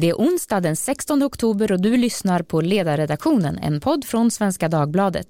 Det är onsdag den 16 oktober och du lyssnar på Ledarredaktionen, en podd från Svenska Dagbladet.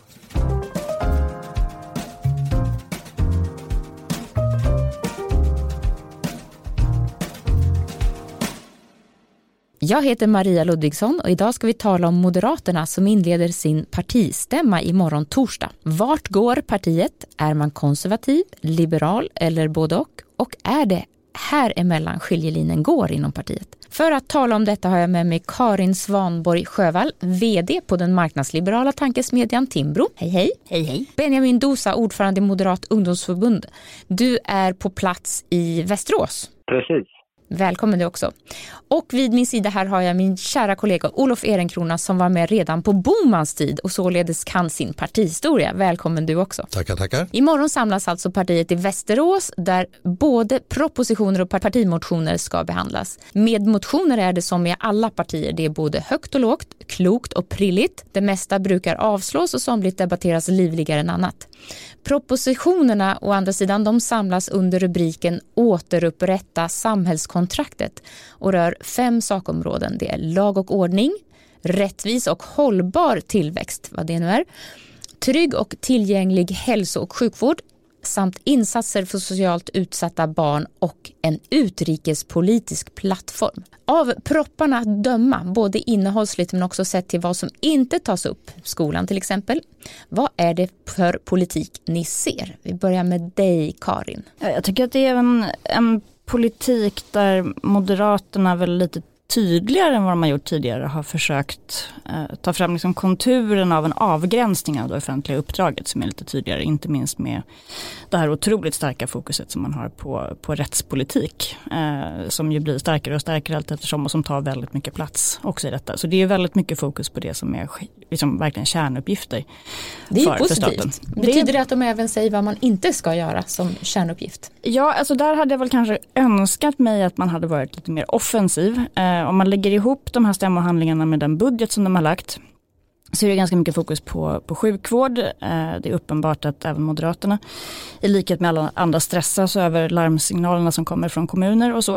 Jag heter Maria Ludvigsson och idag ska vi tala om Moderaterna som inleder sin partistämma imorgon torsdag. Vart går partiet? Är man konservativ, liberal eller både och? Och är det här emellan skiljelinjen går inom partiet? För att tala om detta har jag med mig Karin Svanborg Sjövall, vd på den marknadsliberala tankesmedjan Timbro. Hej hej. Hej hej. Benjamin Dosa, ordförande i Moderat ungdomsförbund. Du är på plats i Västerås. Precis. Välkommen du också. Och vid min sida här har jag min kära kollega Olof Ehrenkrona som var med redan på Bomans tid och således kan sin partihistoria. Välkommen du också. Tackar, tackar. Imorgon samlas alltså partiet i Västerås där både propositioner och partimotioner ska behandlas. Med motioner är det som i alla partier. Det är både högt och lågt, klokt och prilligt. Det mesta brukar avslås och somligt debatteras livligare än annat. Propositionerna å andra sidan de samlas under rubriken återupprätta samhällskontraktet och rör 5 sakområden. Det är lag och ordning, rättvis och hållbar tillväxt, vad det nu är, trygg och tillgänglig hälso- och sjukvård samt insatser för socialt utsatta barn och en utrikespolitisk plattform. Av propparna att döma, både innehållsligt men också sett till vad som inte tas upp, skolan till exempel. Vad är det för politik ni ser? Vi börjar med dig, Karin. Jag tycker att det är en politik där Moderaterna väl lite tydligare än vad de har gjort tidigare har försökt ta fram liksom konturen av en avgränsning av det offentliga uppdraget som är lite tydligare, inte minst med det här otroligt starka fokuset som man har på rättspolitik som ju blir starkare och starkare allt eftersom och som tar väldigt mycket plats också i detta. Så det är väldigt mycket fokus på det som är liksom verkligen kärnuppgifter. Det är för positivt. staten. Betyder det att de även säger vad man inte ska göra som kärnuppgift? Ja, alltså där hade jag väl kanske önskat mig att man hade varit lite mer offensiv. Om man lägger ihop de här stämmohandlingarna med den budget som de har lagt så är det ganska mycket fokus på sjukvård. Det är uppenbart att även Moderaterna i likhet med alla andra stressas över larmsignalerna som kommer från kommuner och så.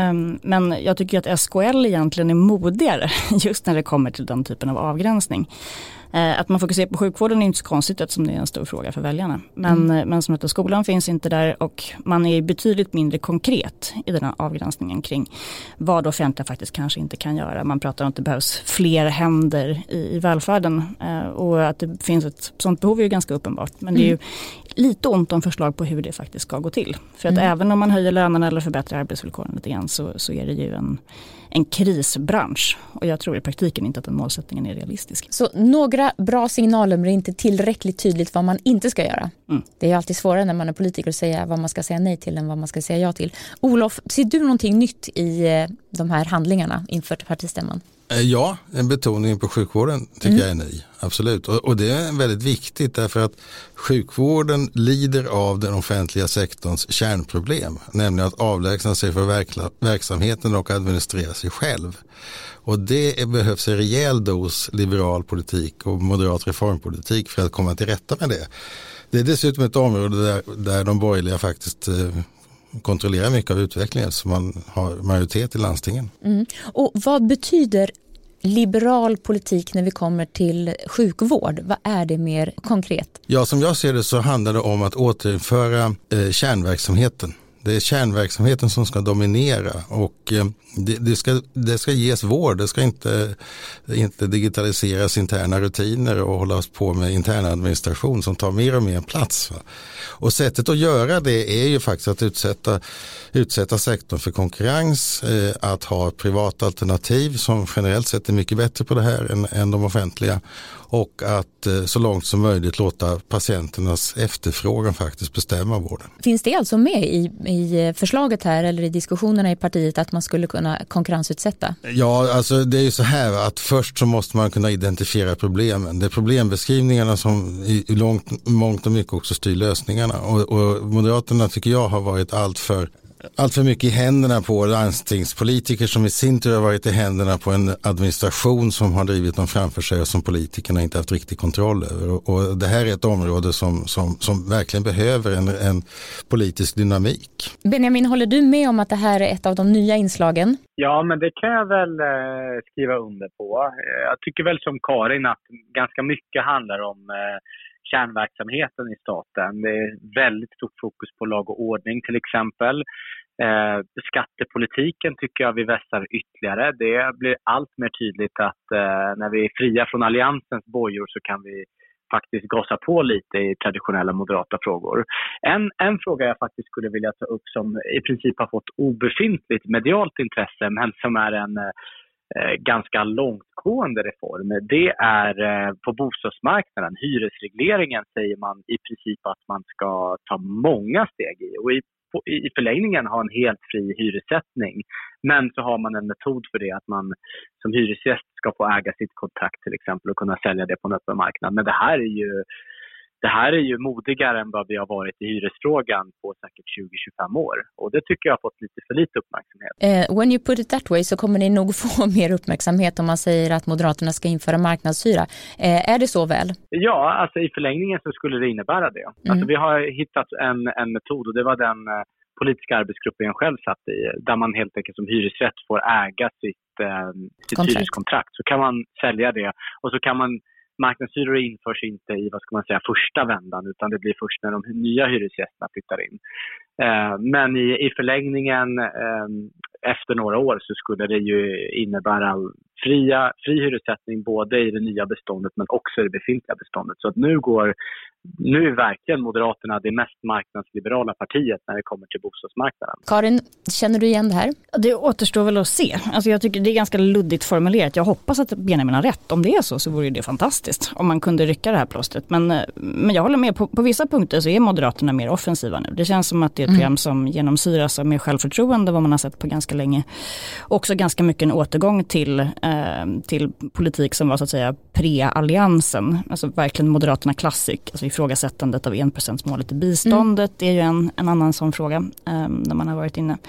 Men jag tycker att SKL egentligen är modigare just när det kommer till den typen av avgränsning. Att man fokuserar på sjukvården är inte så konstigt eftersom det är en stor fråga för väljarna. Men som heter skolan finns inte där och man är betydligt mindre konkret i den här avgränsningen kring vad offentliga faktiskt kanske inte kan göra. Man pratar om att det behövs fler händer i välfärden och att det finns ett sånt behov är ju ganska uppenbart. Men det är ju lite ont om förslag på hur det faktiskt ska gå till. För att även om man höjer lönerna eller förbättrar arbetsvillkoren lite grann så är det ju en krisbransch. Och jag tror i praktiken inte att den målsättningen är realistisk. Så några bra signaler men inte tillräckligt tydligt vad man inte ska göra. Det är ju alltid svårare när man är politiker att säga vad man ska säga nej till än vad man ska säga ja till. Olof, ser du någonting nytt i de här handlingarna inför partistämman? Ja, en betoning på sjukvården tycker jag är ny, absolut. Och det är väldigt viktigt därför att sjukvården lider av den offentliga sektorns kärnproblem, nämligen att avlägsna sig för verksamheten och administrera sig själv. Och det behövs en rejäl dos liberal politik och moderat reformpolitik för att komma till rätta med det. Det är dessutom ett område där de borgerliga faktiskt kontrollerar mycket av utvecklingen så man har majoritet i landstingen. Och vad betyder liberal politik när vi kommer till sjukvård? Vad är det mer konkret? Ja, som jag ser det så handlar det om att återinföra kärnverksamheten. Det är kärnverksamheten som ska dominera och det ska ges vård. Det ska inte digitaliseras interna rutiner och hållas på med intern administration som tar mer och mer plats. Va? Och sättet att göra det är ju faktiskt att utsätta sektorn för konkurrens, att ha privata alternativ som generellt sett är mycket bättre på det här än de offentliga och att så långt som möjligt låta patienternas efterfrågan faktiskt bestämma vården. Finns det alltså med i förslaget här eller i diskussionerna i partiet att man skulle kunna konkurrensutsätta? Ja, alltså det är ju så här att först så måste man kunna identifiera problemen. Det är problembeskrivningarna som i mångt och mycket också styr lösningarna och Moderaterna tycker jag har varit allt för allt för mycket i händerna på landstingspolitiker som i sin tur har varit i händerna på en administration som har drivit dem framför sig och som politikerna inte haft riktig kontroll över. Och det här är ett område som verkligen behöver en politisk dynamik. Benjamin, håller du med om att det här är ett av de nya inslagen? Ja, men det kan jag väl skriva under på. Jag tycker väl som Karin att ganska mycket handlar om kärnverksamheten i staten. Det är väldigt stort fokus på lag och ordning till exempel. Skattepolitiken tycker jag vi vässar ytterligare. Det blir allt mer tydligt att när vi är fria från alliansens bojor så kan vi faktiskt gasa på lite i traditionella moderata frågor. En fråga jag faktiskt skulle vilja ta upp som i princip har fått obefintligt medialt intresse men som är en ganska långtgående reform. Det är på bostadsmarknaden. Hyresregleringen säger man i princip att man ska ta många steg i och i förlängningen ha en helt fri hyressättning. Men så har man en metod för det att man som hyresgäst ska få äga sitt kontrakt till exempel och kunna sälja det på en öppen marknad. Men det här är ju modigare än vad vi har varit i hyresfrågan på säkert 20-25 år. Och det tycker jag har fått lite för lite uppmärksamhet. When you put it that way så kommer ni nog få mer uppmärksamhet om man säger att Moderaterna ska införa marknadshyra. Är det så väl? Ja, alltså i förlängningen så skulle det innebära det. Alltså vi har hittat en metod och det var den politiska arbetsgruppen jag själv satt i. Där man helt enkelt som hyresrätt får äga sitt hyreskontrakt. Så kan man sälja det och så kan man marknadshyror införs inte i första vändan utan det blir först när de nya hyresgästerna flyttar in. Men i förlängningen efter några år så skulle det ju innebära fri hyressättning både i det nya beståndet men också i det befintliga beståndet. Så att nu är verkligen Moderaterna det mest marknadsliberala partiet när det kommer till bostadsmarknaden. Karin, känner du igen det här? Det återstår väl att se. Alltså jag tycker det är ganska luddigt formulerat. Jag hoppas att Benjamin har rätt. Om det är så vore det fantastiskt om man kunde rycka det här plåstret. Men jag håller med. På vissa punkter så är Moderaterna mer offensiva nu. Det känns som att det är ett program som genomsyras av mer självförtroende vad man har sett på ganska länge. Också ganska mycket en återgång till politik som var så att säga pre-alliansen. Alltså verkligen Moderaterna klassik. Alltså ifrågasättandet av 1%-målet i biståndet. Det är ju en annan sån fråga när man har varit inne.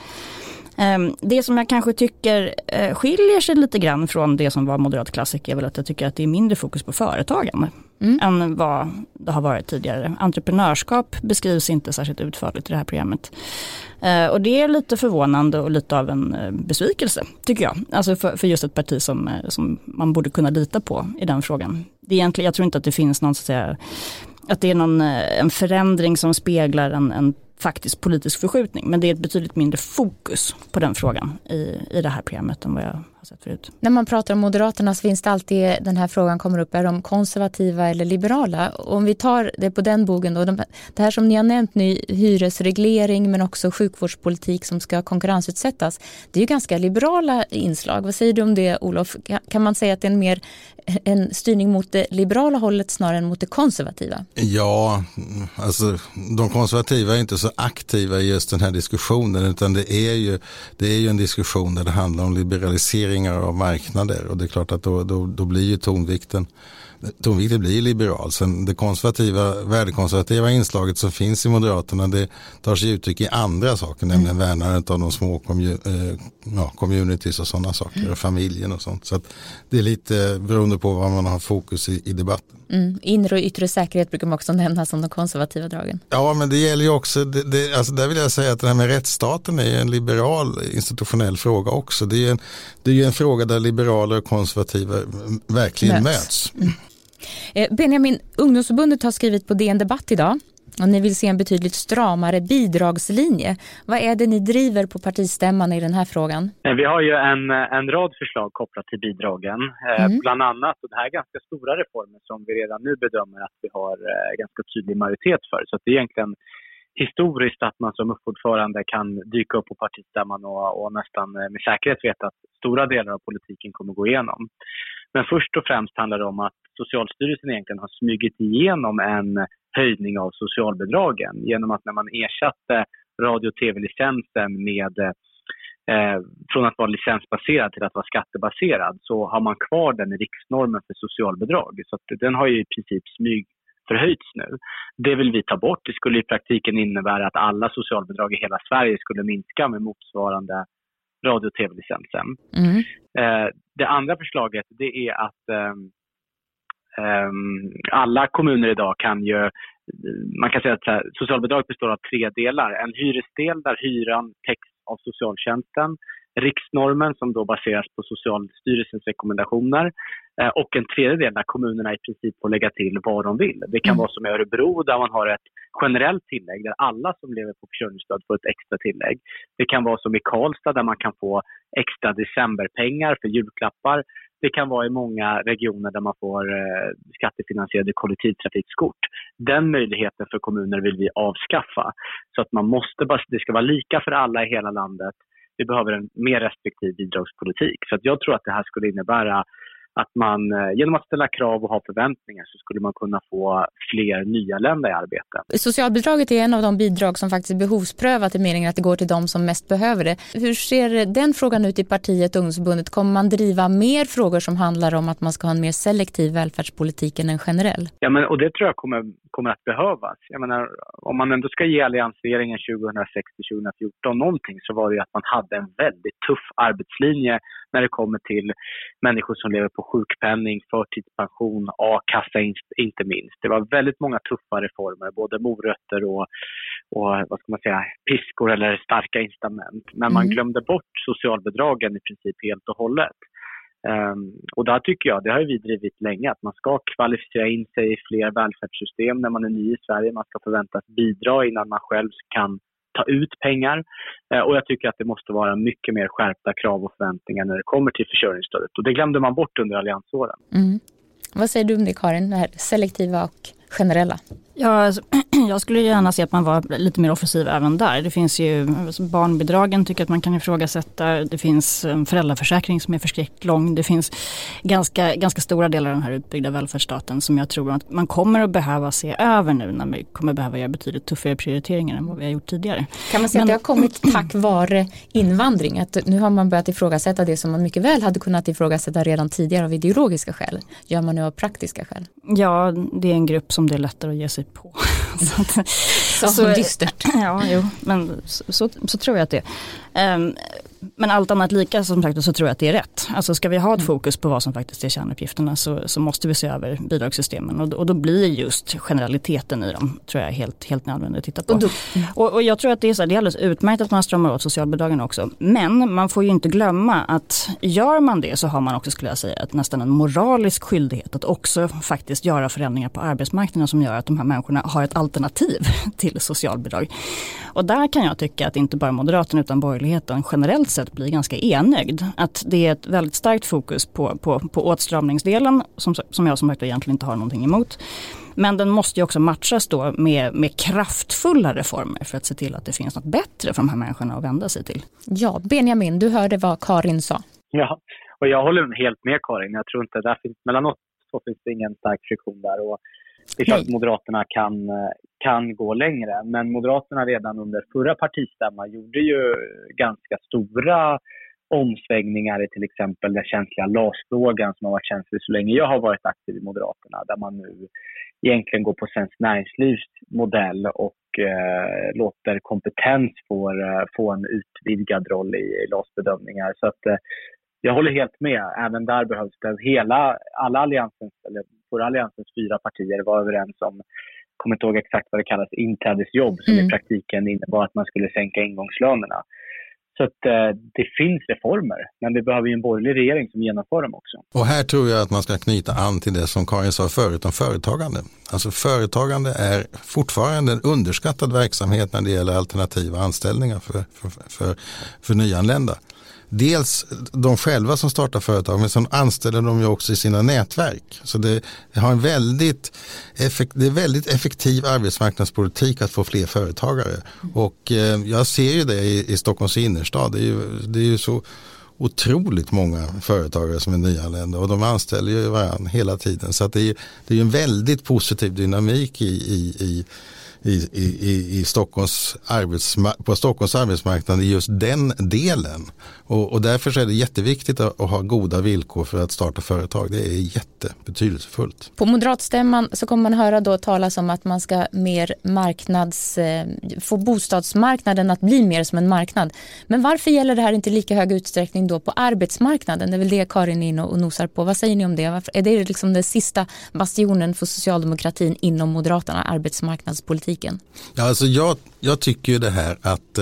Det som jag kanske tycker skiljer sig lite grann från det som var moderat klassik är väl att jag tycker att det är mindre fokus på företagande än vad det har varit tidigare. Entreprenörskap beskrivs inte särskilt utförligt i det här programmet. Och det är lite förvånande och lite av en besvikelse tycker jag. Alltså för just ett parti som man borde kunna lita på i den frågan. Det är egentligen, jag tror inte att det finns någon så att säga, att det är en förändring som speglar en faktisk politisk förskjutning. Men det är ett betydligt mindre fokus på den frågan i det här programmet än vad jag har sett förut. När man pratar om Moderaterna så finns det alltid den här frågan kommer upp. Är de konservativa eller liberala? Om vi tar det på den bogen då. Det här som ni har nämnt nu, hyresreglering men också sjukvårdspolitik som ska konkurrensutsättas. Det är ju ganska liberala inslag. Vad säger du om det, Olof? Kan man säga att det är en styrning mot det liberala hållet snarare än mot det konservativa? Ja, alltså de konservativa är inte så aktiva i just den här diskussionen utan det är ju en diskussion där det handlar om liberaliseringar av marknader och det är klart att då blir ju tonvikten blir liberal. Sen det värdekonservativa inslaget som finns i Moderaterna det tar sig uttryck i andra saker, nämligen värnandet av de små communities och sådana saker och familjen och sånt. Så att det är lite beroende på vad man har fokus i debatten. Inre och yttre säkerhet brukar man också nämna som de konservativa dragen. Ja, men det gäller ju också, alltså där vill jag säga att det här med rättsstaten är en liberal institutionell fråga också. Det är ju en fråga där liberaler och konservativa verkligen möts. Benjamin, ungdomsförbundet har skrivit på DN Debatt idag och ni vill se en betydligt stramare bidragslinje. Vad är det ni driver på partistämman i den här frågan? Vi har ju en rad förslag kopplat till bidragen. Bland annat, och det här är ganska stora reformer som vi redan nu bedömer att vi har ganska tydlig majoritet för. Så att det är egentligen historiskt att man som uppordförande kan dyka upp på partistämman och nästan med säkerhet veta att stora delar av politiken kommer gå igenom. Men först och främst handlar det om att Socialstyrelsen egentligen har smugit igenom en höjning av socialbidragen genom att när man ersatte radio- och tv-licensen från att vara licensbaserad till att vara skattebaserad så har man kvar den i riksnormen för socialbidrag. Så att den har ju i princip förhöjts nu. Det vill vi ta bort. Det skulle i praktiken innebära att alla socialbidrag i hela Sverige skulle minska med motsvarande radio- och tv-licensen. Det andra förslaget, det är att alla kommuner idag kan ju, man kan säga att socialbidrag består av 3 delar. En hyresdel där hyran täcks av socialtjänsten, riksnormen som då baseras på Socialstyrelsens rekommendationer och en tredje del där kommunerna i princip får lägga till vad de vill. Det kan vara som i Örebro där man har ett generellt tillägg där alla som lever på försörjningsstöd får ett extra tillägg. Det kan vara som i Karlstad där man kan få extra decemberpengar för julklappar. Det kan vara i många regioner där man får skattefinansierade kollektivtrafikkort. Den möjligheten för kommuner vill vi avskaffa. Så att det ska vara lika för alla i hela landet. Vi behöver en mer restriktiv bidragspolitik. Så att jag tror att det här skulle innebära att man genom att ställa krav och ha förväntningar så skulle man kunna få fler nyanlända i arbete. Socialbidraget är en av de bidrag som faktiskt är behovsprövat i meningen att det går till de som mest behöver det. Hur ser den frågan ut i partiet Ungdomsförbundet? Kommer man driva mer frågor som handlar om att man ska ha en mer selektiv välfärdspolitik än en generell? Ja, men, och det tror jag kommer att behövas. Jag menar, om man ändå ska ge alliansregeringen 2006-2014 någonting så var det ju att man hade en väldigt tuff arbetslinje när det kommer till människor som lever på sjukpenning, förtidspension, a-kassa inte minst. Det var väldigt många tuffa reformer, både morötter och vad ska man säga, piskor eller starka incitament. Men man glömde bort socialbidragen i princip helt och hållet. Och där tycker jag, det har vi drivit länge, att man ska kvalificera in sig i fler välfärdssystem när man är ny i Sverige. Man ska förväntas bidra innan man själv kan ta ut pengar. Och jag tycker att det måste vara mycket mer skärpta krav och förväntningar när det kommer till försörjningsstödet. Och det glömde man bort under alliansåren. Vad säger du om det, Karin? Det här selektiva och generella? Ja, jag skulle gärna se att man var lite mer offensiv även där. Det finns ju barnbidragen tycker att man kan ifrågasätta. Det finns en föräldraförsäkring som är förskräckt lång. Det finns ganska stora delar av den här utbyggda välfärdsstaten som jag tror att man kommer att behöva se över nu när vi kommer behöva göra betydligt tuffare prioriteringar än vad vi har gjort tidigare. Kan man säga att det har kommit tack vare invandring? Att nu har man börjat ifrågasätta det som man mycket väl hade kunnat ifrågasätta redan tidigare av ideologiska skäl. Gör man nu av praktiska skäl? Ja, det är en grupp som det är lättare att ge sig på. Så dystert. Ja, jo, men så tror jag att det är. Men allt annat lika som sagt så tror jag att det är rätt. Alltså ska vi ha ett fokus på vad som faktiskt är kärnuppgifterna så måste vi se över bidragssystemen och då blir just generaliteten i dem tror jag helt nödvändigt att titta på. Och jag tror att det är alldeles utmärkt att man stramar åt socialbidragen också. Men man får ju inte glömma att gör man det så har man också, skulle jag säga, att nästan en moralisk skyldighet att också faktiskt göra förändringar på arbetsmarknaden som gör att de här människorna har ett alternativ till socialbidrag. Och där kan jag tycka att inte bara Moderaterna utan borgerligheten generellt sett blir ganska enögd. Att det är ett väldigt starkt fokus på åtstramningsdelen som jag som sagt egentligen inte har någonting emot. Men den måste ju också matchas då med kraftfulla reformer för att se till att det finns något bättre för de här människorna att vända sig till. Ja, Benjamin, du hörde vad Karin sa. Ja, och jag håller helt med Karin. Jag tror inte där finns mellan oss så finns det ingen stark friktion där och det är klart att Moderaterna kan gå längre. Men Moderaterna redan under förra partistämman gjorde ju ganska stora omsvängningar i till exempel den känsliga LAS-frågan som har varit känslig så länge jag har varit aktiv i Moderaterna. Där man nu egentligen går på Svenskt Näringslivs modell och låter kompetens få en utvidgad roll i LAS-bedömningar. Så att jag håller helt med. Även där behövs det alla alliansens 4 partier var överens om, kommer inte ihåg exakt vad det kallas, inträdesjobb som i praktiken innebar att man skulle sänka ingångslönerna. Så att det finns reformer, men vi behöver ju en borgerlig regering som genomför dem också. Och här tror jag att man ska knyta an till det som Karin sa förut om företagande. Alltså företagande är fortfarande en underskattad verksamhet när det gäller alternativa anställningar för nyanlända. Dels de själva som startar företag, men som anställer de ju också i sina nätverk. Så det är väldigt effektiv arbetsmarknadspolitik att få fler företagare. Och jag ser ju det i Stockholms innerstad. Det är ju så otroligt många företagare som är nyanlända och de anställer ju varandra hela tiden. Så att det är ju en väldigt positiv dynamik i på Stockholms arbetsmarknad i just den delen. Och därför så är det jätteviktigt att ha goda villkor för att starta företag. Det är jättebetydelsefullt. På moderatstämman så kommer man höra då talas om att man ska mer få bostadsmarknaden att bli mer som en marknad. Men varför gäller det här inte i lika hög utsträckning då på arbetsmarknaden? Det är väl det Karin är inne och nosar på. Vad säger ni om det? Är det liksom den sista bastionen för socialdemokratin inom Moderaterna, arbetsmarknadspolitiken? Ja, alltså jag tycker ju det här att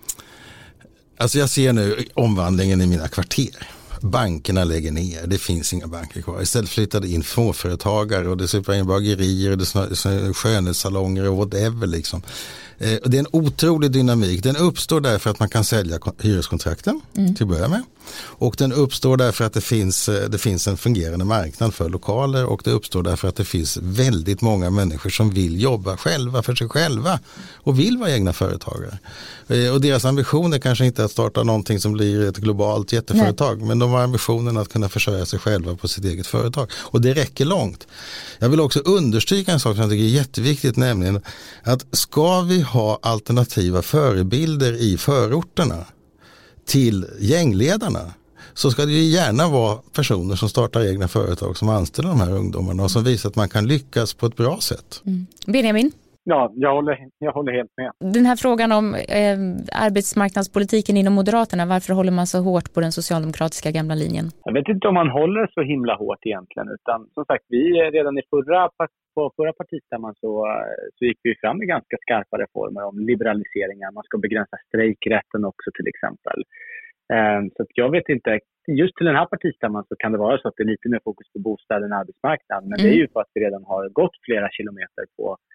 alltså jag ser nu omvandlingen i mina kvarter. Bankerna lägger ner, det finns inga banker kvar. Istället flyttade in småföretagare och det super in bagerier och det skönhetssalonger och whatever liksom. Och det är en otrolig dynamik. Den uppstår därför att man kan sälja hyreskontrakten till att börja med. Och den uppstår därför att det finns en fungerande marknad för lokaler och det uppstår därför att det finns väldigt många människor som vill jobba själva för sig själva och vill vara egna företagare. Och deras ambition är kanske inte att starta någonting som blir ett globalt jätteföretag. Nej. Men de har ambitionen att kunna försörja sig själva på sitt eget företag. Och det räcker långt. Jag vill också understryka en sak som jag tycker är jätteviktigt, nämligen att ska vi ha alternativa förebilder i förorterna till gängledarna så ska det ju gärna vara personer som startar egna företag som anställer de här ungdomarna och som visar att man kan lyckas på ett bra sätt. Benjamin? Ja, jag håller helt med. Den här frågan om arbetsmarknadspolitiken inom Moderaterna, varför håller man så hårt på den socialdemokratiska gamla linjen? Jag vet inte om man håller så himla hårt egentligen, utan som sagt, vi redan på förra partistämman så gick vi fram med ganska skarpa reformer om liberaliseringar. Man ska begränsa strejkrätten också till exempel. Så att jag vet inte, just till den här partistämman så kan det vara så att det är lite mer fokus på bostäder än arbetsmarknad, men det är ju för att vi redan har gått flera kilometer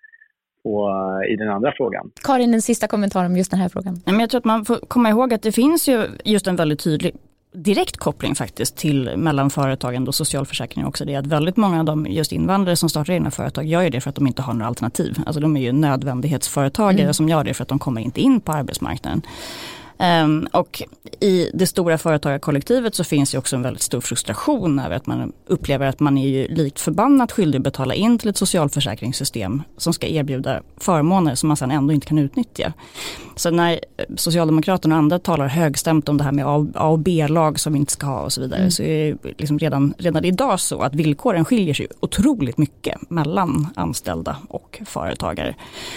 i den andra frågan. Karin, en sista kommentar om just den här frågan. Men jag tror att man får komma ihåg att det finns ju just en väldigt tydlig direkt koppling faktiskt till mellan företagen och socialförsäkringen också. Det är att väldigt många av de just invandrare som startar egna företag gör ju det för att de inte har några alternativ. Alltså de är ju nödvändighetsföretagare som gör det för att de kommer inte in på arbetsmarknaden. Och i det stora företagarkollektivet så finns ju också en väldigt stor frustration över att man upplever att man är ju likt förbannat skyldig att betala in till ett socialförsäkringssystem som ska erbjuda förmåner som man sedan ändå inte kan utnyttja. Så när Socialdemokraterna och andra talar högstämt om det här med A- och B-lag som vi inte ska ha och så vidare så är det liksom redan idag så att villkoren skiljer sig otroligt mycket mellan anställda och företagare.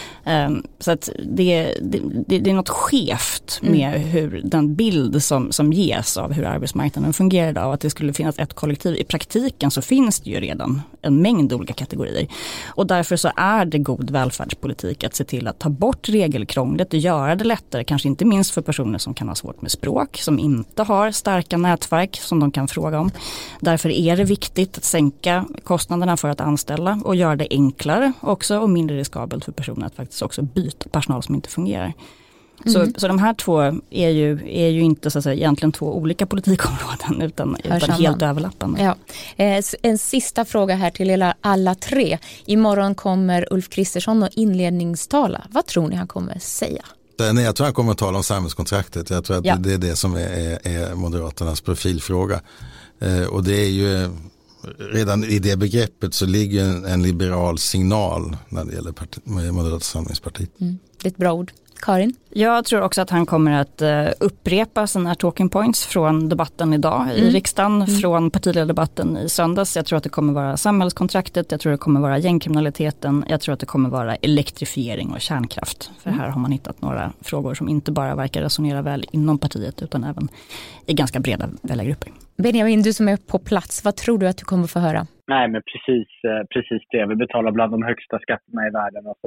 Så att det är något skevt med hur den bild som ges av hur arbetsmarknaden fungerar idag, och att det skulle finnas ett kollektiv. I praktiken så finns det ju redan en mängd olika kategorier. Och därför så är det god välfärdspolitik att se till att ta bort regelkrånglet och göra det lättare, kanske inte minst för personer som kan ha svårt med språk, som inte har starka nätverk som de kan fråga om. Därför är det viktigt att sänka kostnaderna för att anställa och göra det enklare också och mindre riskabelt för personer att faktiskt också byta personal som inte fungerar. Så de här två är ju inte så att säga egentligen två olika politikområden utan helt överlappande. Ja. En sista fråga här till alla tre. Imorgon kommer Ulf Kristersson och inledningstala. Vad tror ni han kommer säga? Nej, jag tror han kommer att tala om samhällskontraktet. Jag tror att det är det som är Moderaternas profilfråga. Och det är ju redan i det begreppet så ligger en liberal signal när det gäller Moderata samlingspartiet. Det är ett bra ord. Karin? Jag tror också att han kommer att upprepa sina talking points från debatten idag i riksdagen, från partiledardebatten i söndags. Jag tror att det kommer vara samhällskontraktet, jag tror det kommer vara gängkriminaliteten, jag tror att det kommer vara elektrifiering och kärnkraft. För här har man hittat några frågor som inte bara verkar resonera väl inom partiet utan även i ganska breda väljargrupper. Benjamin, du som är på plats, vad tror du att du kommer få höra? Nej, men precis det. Vi betalar bland de högsta skatterna i världen och så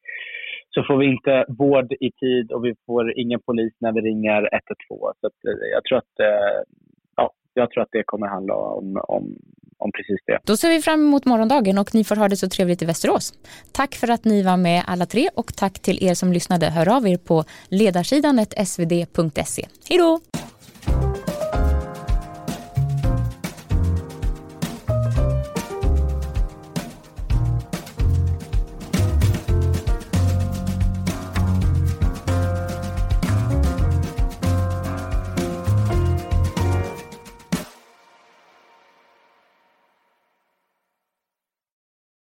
får vi inte vård i tid och vi får ingen polis när vi ringer 112. Så att jag tror att det kommer handla om precis det. Då ser vi fram emot morgondagen och ni får ha det så trevligt i Västerås. Tack för att ni var med alla tre och tack till er som lyssnade. Hör av er på ledarsidan svd.se. Hej då!